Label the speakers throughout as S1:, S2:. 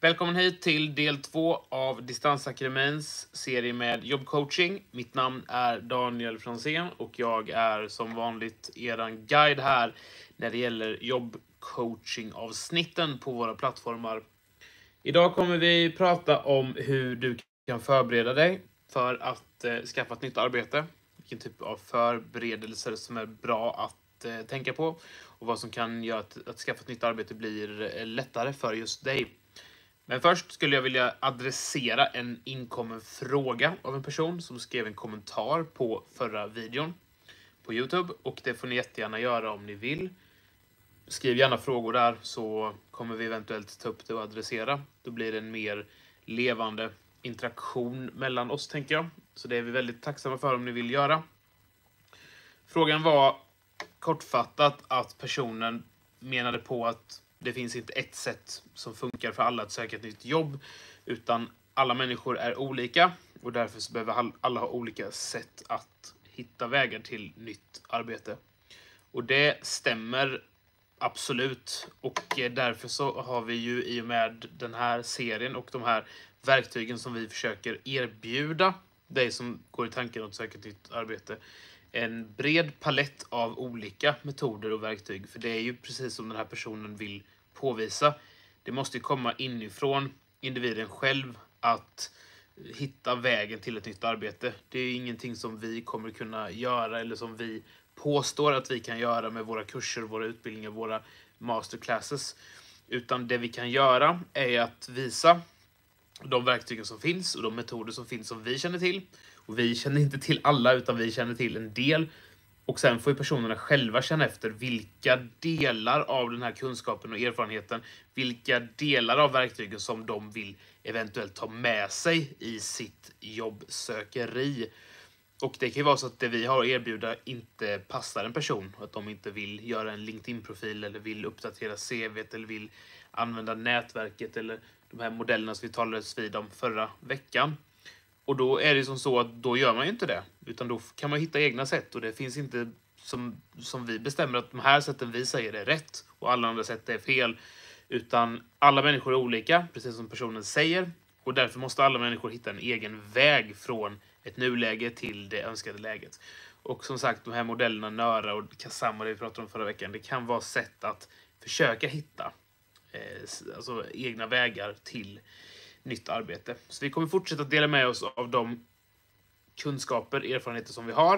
S1: Välkommen hit till del 2 av Distansakademins serie med jobbcoaching. Mitt namn är Daniel Fransén och jag är som vanligt eran guide här när det gäller jobbcoaching-avsnitten på våra plattformar. Idag kommer vi prata om hur du kan förbereda dig för att skaffa ett nytt arbete. Vilken typ av förberedelser som är bra att tänka på och vad som kan göra att skaffa ett nytt arbete blir lättare för just dig. Men först skulle jag vilja adressera en inkommen fråga av en person som skrev en kommentar på förra videon på YouTube. Och det får ni jättegärna göra om ni vill. Skriv gärna frågor där så kommer vi eventuellt ta upp det och adressera. Då blir det en mer levande interaktion mellan oss, tänker jag. Så det är vi väldigt tacksamma för om ni vill göra. Frågan var kortfattat att personen menade på att det finns inte ett sätt som funkar för alla att söka ett nytt jobb, utan alla människor är olika och därför så behöver alla ha olika sätt att hitta vägar till nytt arbete. Och det stämmer absolut, och därför så har vi ju i och med den här serien och de här verktygen som vi försöker erbjuda dig som går i tanken att söka ett nytt arbete en bred palett av olika metoder och verktyg. För det är ju precis som den här personen vill påvisa. Det måste komma inifrån individen själv att hitta vägen till ett nytt arbete. Det är ingenting som vi kommer kunna göra eller som vi påstår att vi kan göra med våra kurser, våra utbildningar, våra masterclasses. Utan det vi kan göra är att visa de verktygen som finns och de metoder som finns som vi känner till. Och vi känner inte till alla, utan vi känner till en del. Och sen får ju personerna själva känna efter vilka delar av den här kunskapen och erfarenheten, vilka delar av verktygen som de vill eventuellt ta med sig i sitt jobbsökeri. Och det kan ju vara så att det vi har att erbjuda inte passar en person. Att de inte vill göra en LinkedIn-profil eller vill uppdatera CV:t eller vill använda nätverket eller de här modellerna som vi talade vid om förra veckan. Och då är det som så att då gör man ju inte det. Utan då kan man hitta egna sätt. Och det finns inte som vi bestämmer att de här sätten vi säger är rätt och alla andra sätt är fel. Utan alla människor är olika, precis som personen säger. Och därför måste alla människor hitta en egen väg från ett nuläge till det önskade läget. Och som sagt, de här modellerna Nöra och Kasama, det vi pratade om förra veckan, det kan vara sätt att försöka hitta alltså egna vägar till nytt arbete. Så vi kommer fortsätta att dela med oss av de kunskaper, erfarenheter som vi har.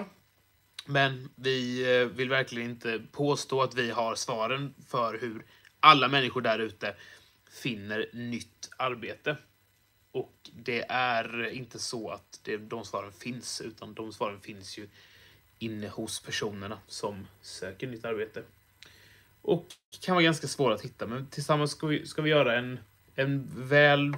S1: Men vi vill verkligen inte påstå att vi har svaren för hur alla människor där ute finner nytt arbete. Och det är inte så att de svaren finns, utan de svaren finns ju inne hos personerna som söker nytt arbete. Och kan vara ganska svårt att hitta, men tillsammans ska vi göra ett väl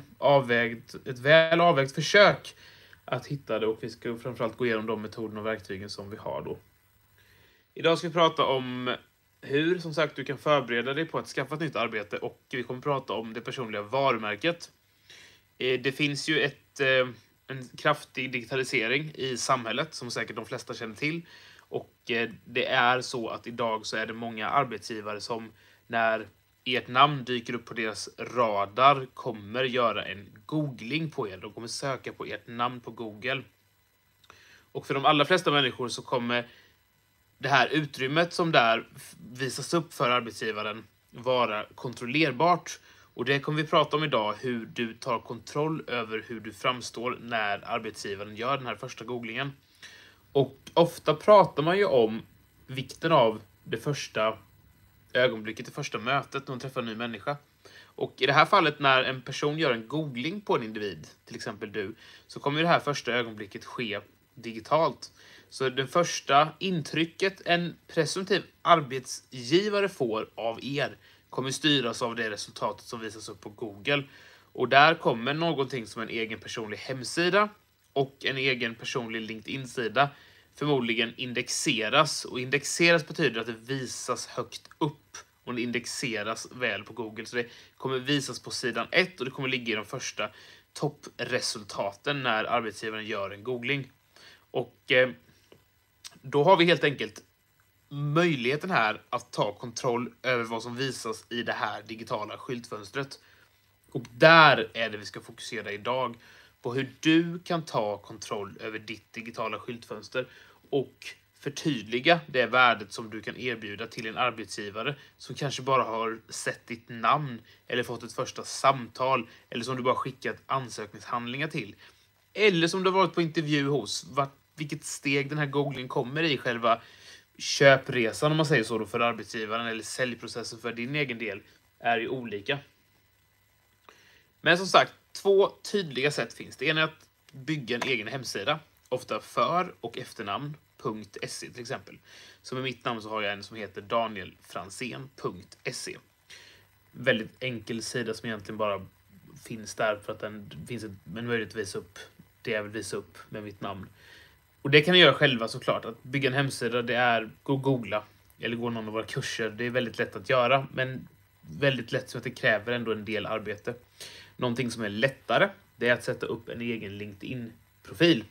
S1: avvägt försök att hitta det, och vi ska framförallt gå igenom de metoderna och verktygen som vi har då. Idag ska vi prata om hur, som sagt, du kan förbereda dig på att skaffa ett nytt arbete, och vi kommer prata om det personliga varumärket. Det finns ju en kraftig digitalisering i samhället som säkert de flesta känner till, och det är så att idag så är det många arbetsgivare som när ert namn dyker upp på deras radar kommer göra en googling på er. De kommer söka på ert namn på Google. Och för de allra flesta människor så kommer det här utrymmet som där visas upp för arbetsgivaren vara kontrollerbart. Och det kommer vi prata om idag, hur du tar kontroll över hur du framstår när arbetsgivaren gör den här första googlingen. Och ofta pratar man ju om vikten av det första ögonblicket, det första mötet när man träffar en ny människa. Och i det här fallet när en person gör en googling på en individ, till exempel du, så kommer det här första ögonblicket ske digitalt. Så det första intrycket en presumtiv arbetsgivare får av er kommer styras av det resultatet som visas upp på Google. Och där kommer någonting som en egen personlig hemsida och en egen personlig LinkedIn-sida förmodligen indexeras. Och indexeras betyder att det visas högt upp och det indexeras väl på Google. Så det kommer visas på sidan 1 och det kommer ligga i de första toppresultaten när arbetsgivaren gör en googling. Och då har vi helt enkelt möjligheten här att ta kontroll över vad som visas i det här digitala skyltfönstret. Och där är det vi ska fokusera idag. På hur du kan ta kontroll över ditt digitala skyltfönster och förtydliga det värdet som du kan erbjuda till en arbetsgivare som kanske bara har sett ditt namn eller fått ett första samtal eller som du bara skickat ansökningshandlingar till. Eller som du har varit på intervju hos. Vilket steg den här googlingen kommer i själva köpresan, om man säger så då, för arbetsgivaren eller säljprocessen för din egen del är ju olika. Men som sagt, 2 tydliga sätt finns. Det ena är att bygga en egen hemsida, ofta för- och efternamn.se till exempel. Som i mitt namn så har jag en som heter danielfranzén.se. Väldigt enkel sida som egentligen bara finns där för att den finns en möjlighet att visa upp det jag vill visa upp med mitt namn. Och det kan ni göra själva såklart. Att bygga en hemsida, det är gå och googla eller gå någon av våra kurser. Det är väldigt lätt att göra, men väldigt lätt så att det kräver ändå en del arbete. Någonting som är lättare, det är att sätta upp en egen LinkedIn-profil.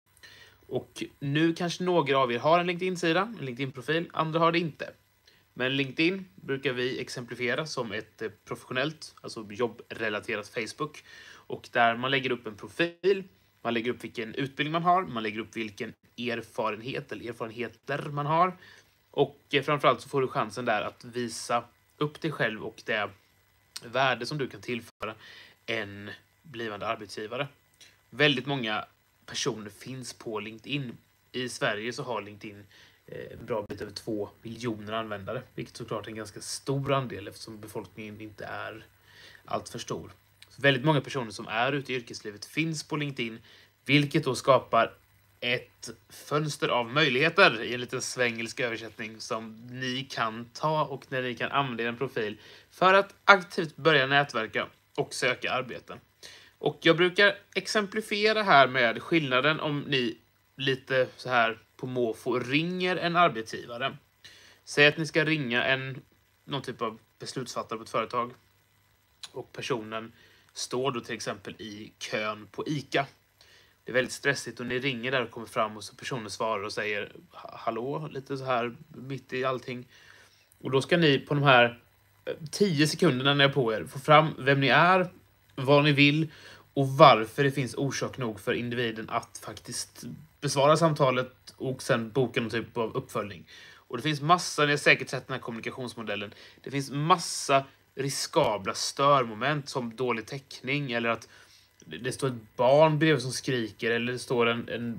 S1: Och nu kanske några av er har en LinkedIn-sida, en LinkedIn-profil, andra har det inte. Men LinkedIn brukar vi exemplifiera som ett professionellt, alltså jobbrelaterat Facebook. Och där man lägger upp en profil, man lägger upp vilken utbildning man har, man lägger upp vilken erfarenhet eller erfarenheter man har. Och framförallt så får du chansen där att visa upp dig själv och det värde som du kan tillföra en blivande arbetsgivare. Väldigt många personer finns på LinkedIn. I Sverige så har LinkedIn en bra bit över 2 miljoner användare, vilket såklart är en ganska stor andel eftersom befolkningen inte är allt för stor. Så väldigt många personer som är ute i yrkeslivet finns på LinkedIn, vilket då skapar ett fönster av möjligheter i en liten svengelsk översättning som ni kan ta och när ni kan använda en profil för att aktivt börja nätverka och söka arbeten. Och jag brukar exemplifiera här med skillnaden om ni lite så här på måfå ringer en arbetsgivare. Säg att ni ska ringa någon typ av beslutsfattare på ett företag och personen står då till exempel i kön på ICA. Det är väldigt stressigt och ni ringer där och kommer fram och så personen svarar och säger hallå, lite så här mitt i allting. Och då ska ni på de här 10 sekunderna när jag är på er få fram vem ni är, vad ni vill och varför det finns orsak nog för individen att faktiskt besvara samtalet och sen boka någon typ av uppföljning. Och det finns massa, ni har säkert sett den här kommunikationsmodellen, det finns massa riskabla störmoment som dålig täckning eller att det står ett barn bredvid som skriker eller det står en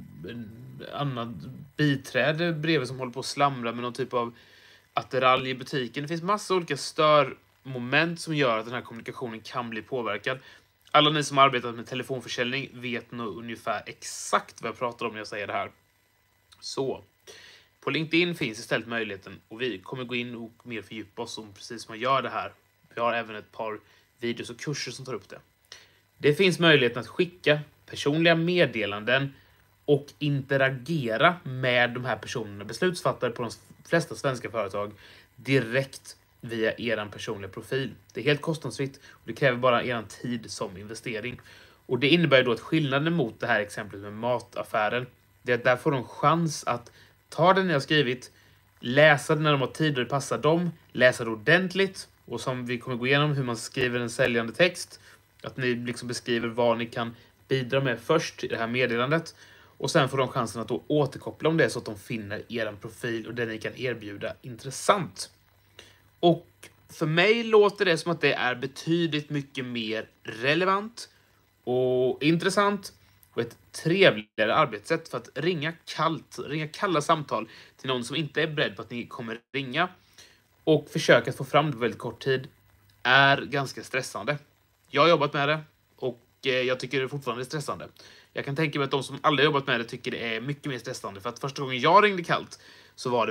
S1: annan biträde bredvid som håller på att slamra med någon typ av attiralj i butiken. Det finns massa olika störmoment som gör att den här kommunikationen kan bli påverkad. Alla ni som arbetat med telefonförsäljning vet nog ungefär exakt vad jag pratar om när jag säger det här. Så, på LinkedIn finns istället möjligheten och vi kommer gå in och mer fördjupa oss om precis som man gör det här. Vi har även ett par videos och kurser som tar upp det. Det finns möjligheten att skicka personliga meddelanden och interagera med de här personerna, beslutsfattare på de flesta svenska företag, direkt via er personliga profil. Det är helt kostnadsfritt och det kräver bara er tid som investering. Och det innebär då att skillnaden mot det här exemplet med mataffären, det är att där får de chans att ta det ni har skrivit, läsa det när de har tid och det passar dem, läsa det ordentligt och som vi kommer gå igenom hur man skriver en säljande text, att ni liksom beskriver vad ni kan bidra med först i det här meddelandet och sen får de chansen att då återkoppla om det så att de finner er profil och det ni kan erbjuda intressant. Och för mig låter det som att det är betydligt mycket mer relevant och intressant och ett trevligare arbetssätt för att ringa kalla samtal till någon som inte är beredd på att ni kommer ringa och försöka få fram det på väldigt kort tid är ganska stressande. Jag har jobbat med det och jag tycker det fortfarande är stressande. Jag kan tänka mig att de som aldrig jobbat med det tycker det är mycket mer stressande för att första gången jag ringde kallt så var det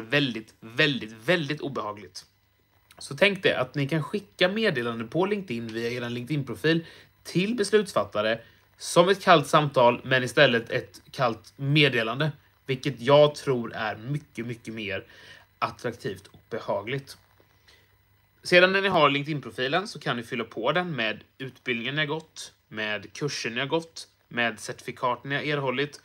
S1: väldigt obehagligt. Så tänk dig att ni kan skicka meddelanden på LinkedIn via er LinkedIn-profil till beslutsfattare som ett kallt samtal men istället ett kallt meddelande. Vilket jag tror är mycket mer attraktivt och behagligt. Sedan när ni har LinkedIn-profilen så kan ni fylla på den med utbildningen ni har gått, med kursen ni har gått, med certifikaten ni har erhållit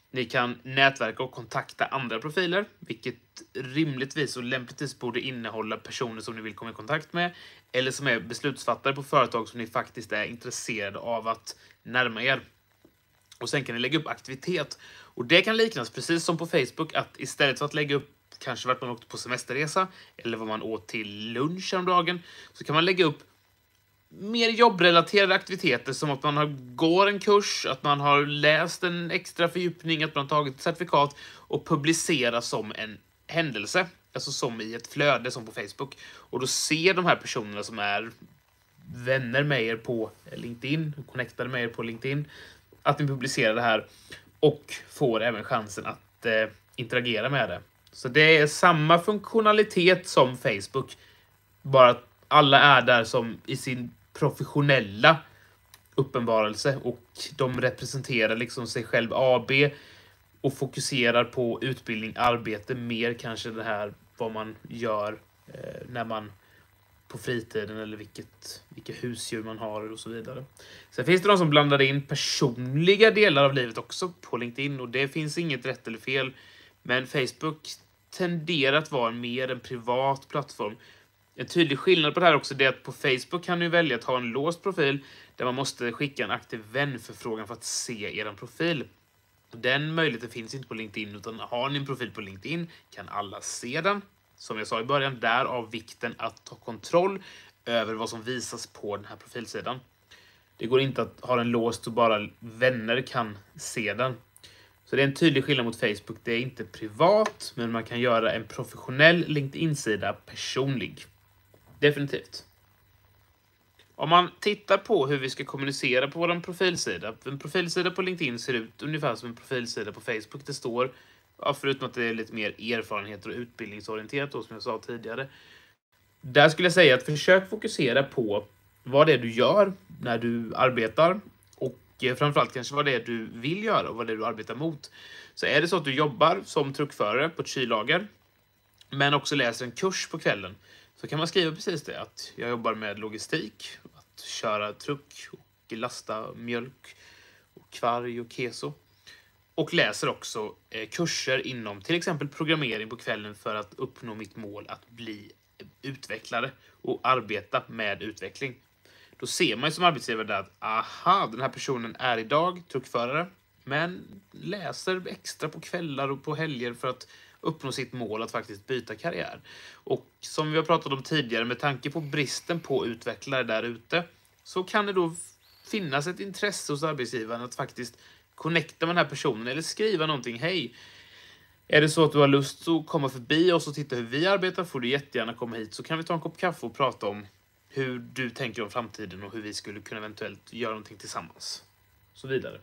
S1: Ni kan nätverka och kontakta andra profiler, vilket rimligtvis och lämpligtvis borde innehålla personer som ni vill komma i kontakt med eller som är beslutsfattare på företag som ni faktiskt är intresserade av att närma er. Och sen kan ni lägga upp aktivitet. Och det kan liknas precis som på Facebook, att istället för att lägga upp kanske vart man åkte på semesterresa eller vad man åt till lunch om dagen, så kan man lägga upp mer jobbrelaterade aktiviteter som att man går en kurs, att man har läst en extra fördjupning, att man har tagit ett certifikat och publicerar som en händelse. Alltså som i ett flöde som på Facebook. Och då ser de här personerna som är vänner med er på LinkedIn, connectade med er på LinkedIn, att ni publicerar det här och får även chansen att interagera med det. Så det är samma funktionalitet som Facebook, bara att alla är där som i sin professionella uppenbarelse och de representerar liksom sig själv AB och fokuserar på utbildning, arbete, mer kanske det här vad man gör när man på fritiden eller vilka husdjur man har och så vidare. Sen finns det de som blandar in personliga delar av livet också på LinkedIn, och det finns inget rätt eller fel, men Facebook tenderar att vara mer en privat plattform. En tydlig skillnad på det här också är att på Facebook kan du välja att ha en låst profil där man måste skicka en aktiv vänförfrågan för att se er profil. Den möjligheten finns inte på LinkedIn, utan har ni en profil på LinkedIn kan alla se den. Som jag sa i början, därav vikten att ta kontroll över vad som visas på den här profilsidan. Det går inte att ha den låst så bara vänner kan se den. Så det är en tydlig skillnad mot Facebook. Det är inte privat, men man kan göra en professionell LinkedIn-sida personlig. Definitivt. Om man tittar på hur vi ska kommunicera på vår profilsida. En profilsida på LinkedIn ser ut ungefär som en profilsida på Facebook. Det står, förutom att det är lite mer erfarenheter och utbildningsorienterat då, som jag sa tidigare. Där skulle jag säga att försök fokusera på vad det är du gör när du arbetar. Och framförallt kanske vad det är du vill göra och vad det är du arbetar mot. Så är det så att du jobbar som truckförare på ett kyllager, men också läser en kurs på kvällen, så kan man skriva precis det, att jag jobbar med logistik, att köra truck och lasta mjölk och kvarg och keso. Och läser också kurser inom till exempel programmering på kvällen för att uppnå mitt mål att bli utvecklare och arbeta med utveckling. Då ser man ju som arbetsgivare där att den här personen är idag truckförare, men läser extra på kvällar och på helger för att uppnå sitt mål att faktiskt byta karriär. Och som vi har pratat om tidigare, med tanke på bristen på utvecklare där ute, så kan det då finnas ett intresse hos arbetsgivaren att faktiskt connecta med den här personen eller skriva någonting. Hej, är det så att du har lust att komma förbi oss och titta hur vi arbetar, får du jättegärna komma hit, så kan vi ta en kopp kaffe och prata om hur du tänker om framtiden och hur vi skulle kunna eventuellt göra någonting tillsammans. Så vidare.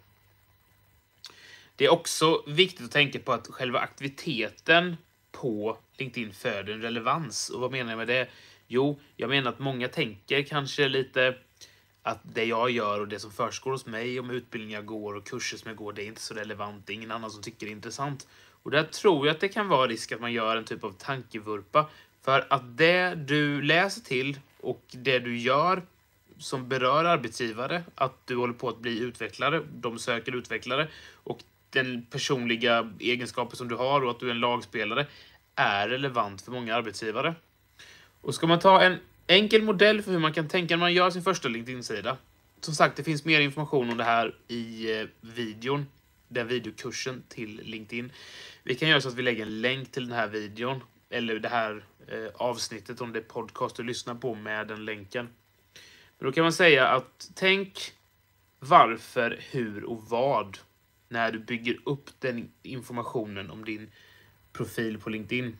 S1: Det är också viktigt att tänka på att själva aktiviteten på LinkedIn föder en relevans. Och vad menar jag med det? Jo, jag menar att många tänker kanske lite att det jag gör och det som försiggår hos mig, om utbildningar jag går och kurser som jag går, det är inte så relevant. Det är ingen annan som tycker det är intressant. Och där tror jag att det kan vara risk att man gör en typ av tankevurpa. För att det du läser till och det du gör som berör arbetsgivare, att du håller på att bli utvecklare, de söker utvecklare, och den personliga egenskaper som du har och att du är en lagspelare är relevant för många arbetsgivare. Och ska man ta en enkel modell för hur man kan tänka när man gör sin första LinkedIn-sida. Som sagt, det finns mer information om det här i videon, den videokursen till LinkedIn. Vi kan göra så att vi lägger en länk till den här videon eller det här avsnittet, om det är podcast du lyssnar på, med den länken. Men då kan man säga att tänk varför, hur och vad när du bygger upp den informationen om din profil på LinkedIn.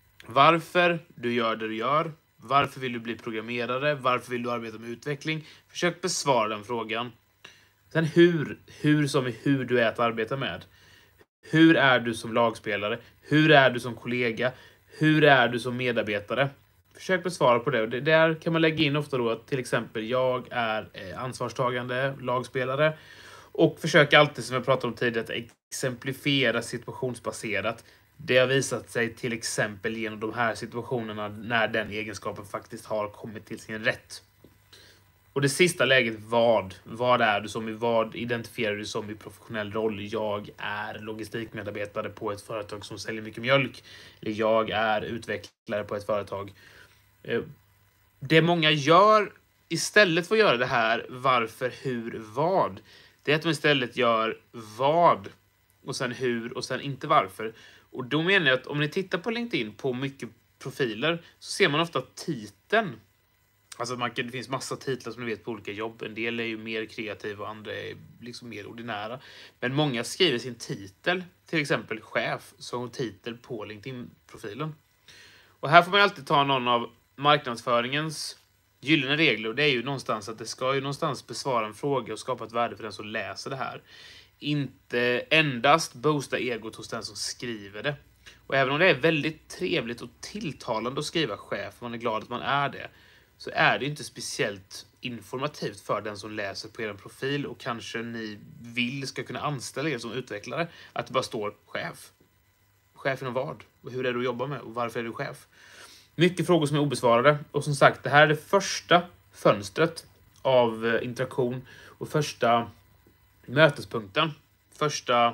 S1: Varför du gör det du gör. Varför vill du bli programmerare? Varför vill du arbeta med utveckling? Försök besvara den frågan. Sen hur som är hur du är att arbeta med. Hur är du som lagspelare? Hur är du som kollega? Hur är du som medarbetare? Försök besvara på det. Och det där kan man lägga in ofta då att till exempel jag är ansvarstagande lagspelare. Och försök alltid, som jag pratade om tidigare, att exemplifiera situationsbaserat. Det har visat sig till exempel genom de här situationerna när den egenskapen faktiskt har kommit till sin rätt. Och det sista läget, vad? Vad är du som, vad identifierar du som i professionell roll? Jag är logistikmedarbetare på ett företag som säljer mycket mjölk. Eller jag är utvecklare på ett företag. Det många gör istället för att göra det här, varför, hur, vad. Det är att de istället gör vad och sen hur och sen inte varför. Och då menar jag att om ni tittar på LinkedIn på mycket profiler så ser man ofta titeln. Alltså det finns massa titlar som ni vet på olika jobb. En del är ju mer kreativa och andra är liksom mer ordinära. Men många skriver sin titel, till exempel chef, som titel på LinkedIn-profilen. Och här får man alltid ta någon av marknadsföringens gyllene regler. Och det är ju någonstans att det ska ju någonstans besvara en fråga och skapa ett värde för den som läser det här. Inte endast boosta egot hos den som skriver det. Och även om det är väldigt trevligt och tilltalande att skriva chef, man är glad att man är det, så är det inte speciellt informativt för den som läser på er profil och kanske ni vill ska kunna anställa er som utvecklare att det bara står chef. Chef inom vad? Och hur är du att jobba med? Och varför är du chef? Mycket frågor som är obesvarade. Och som sagt, det här är det första fönstret av interaktion och första mötespunkten. Första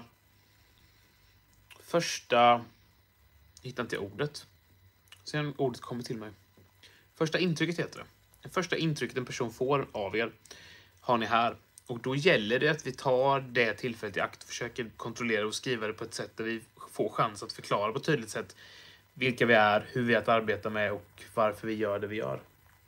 S1: hittar inte jag ordet. Sen ordet kommer till mig. Första intrycket heter det. Det första intrycket en person får av er har ni här. Och då gäller det att vi tar det tillfället i akt och försöker kontrollera och skriva det på ett sätt där vi får chans att förklara på ett tydligt sätt vilka vi är, hur vi är att arbeta med och varför vi gör det vi gör.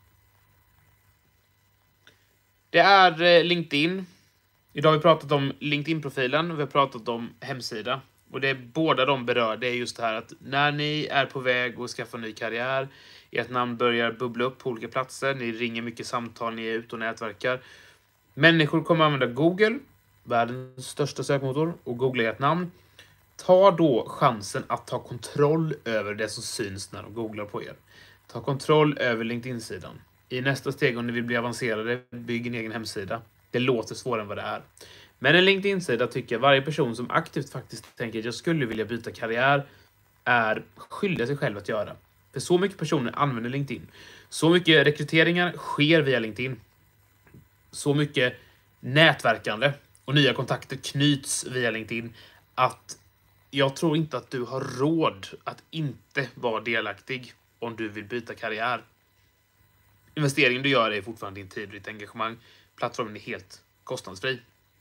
S1: Det är LinkedIn. Idag har vi pratat om LinkedIn-profilen och vi har pratat om hemsida. Och det är båda de berör, det är just det här att när ni är på väg att skaffa en ny karriär, ert namn börjar bubbla upp på olika platser, ni ringer mycket samtal, ni är ute och nätverkar. Människor kommer använda Google, världens största sökmotor, och googla ert namn. Ta då chansen att ta kontroll över det som syns när de googlar på er. Ta kontroll över LinkedIn-sidan. I nästa steg, om ni vill bli avancerade, bygg en egen hemsida. Det låter svårare än vad det är. Men en LinkedIn-sida tycker jag varje person som aktivt faktiskt tänker att jag skulle vilja byta karriär är skyldig sig själv att göra. För så mycket personer använder LinkedIn. Så mycket rekryteringar sker via LinkedIn. Så mycket nätverkande och nya kontakter knyts via LinkedIn att jag tror inte att du har råd att inte vara delaktig om du vill byta karriär. Investeringen du gör är fortfarande din tid och ditt engagemang. Plattformen är helt kostnadsfri.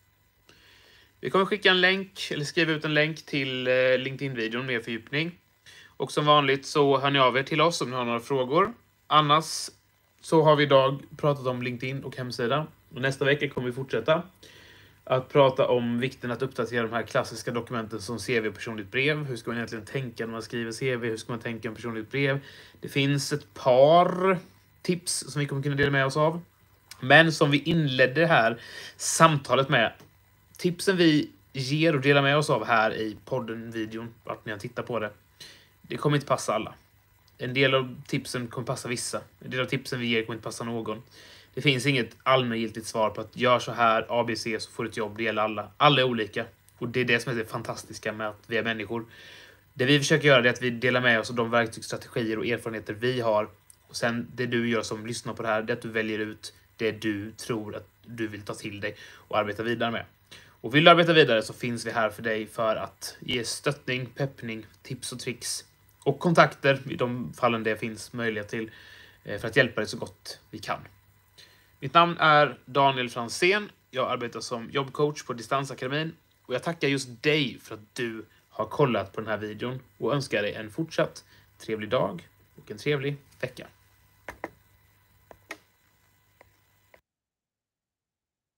S1: Vi kommer skicka en länk eller skriva ut en länk till LinkedIn-videon med fördjupning. Och som vanligt så hör ni av er till oss om ni har några frågor. Annars så har vi idag pratat om LinkedIn och hemsida. Och nästa vecka kommer vi fortsätta att prata om vikten att uppdatera de här klassiska dokumenten som CV och personligt brev. Hur ska man egentligen tänka när man skriver CV? Hur ska man tänka om personligt brev? Det finns ett par tips som vi kommer kunna dela med oss av. Men som vi inledde det här samtalet med, tipsen vi ger och delar med oss av här i podden, videon, vart ni har tittat på det, det kommer inte passa alla. En del av tipsen kommer passa vissa. En del av tipsen vi ger kommer inte passa någon. Det finns inget allmängiltigt svar på att gör så här, ABC, så får du ett jobb. Det gäller alla. Alla är olika. Och det är det som är det fantastiska med att vi är människor. Det vi försöker göra är att vi delar med oss av de verktyg, strategier och erfarenheter vi har. Och sen det du gör som lyssnar på det här, det är att du väljer ut det du tror att du vill ta till dig och arbeta vidare med. Och vill du arbeta vidare så finns vi här för dig för att ge stöttning, peppning, tips och tricks och kontakter i de fallen det finns möjlighet till för att hjälpa dig så gott vi kan. Mitt namn är Daniel Fransén. Jag arbetar som jobbcoach på Distansakademin och jag tackar just dig för att du har kollat på den här videon och önskar dig en fortsatt trevlig dag och en trevlig vecka.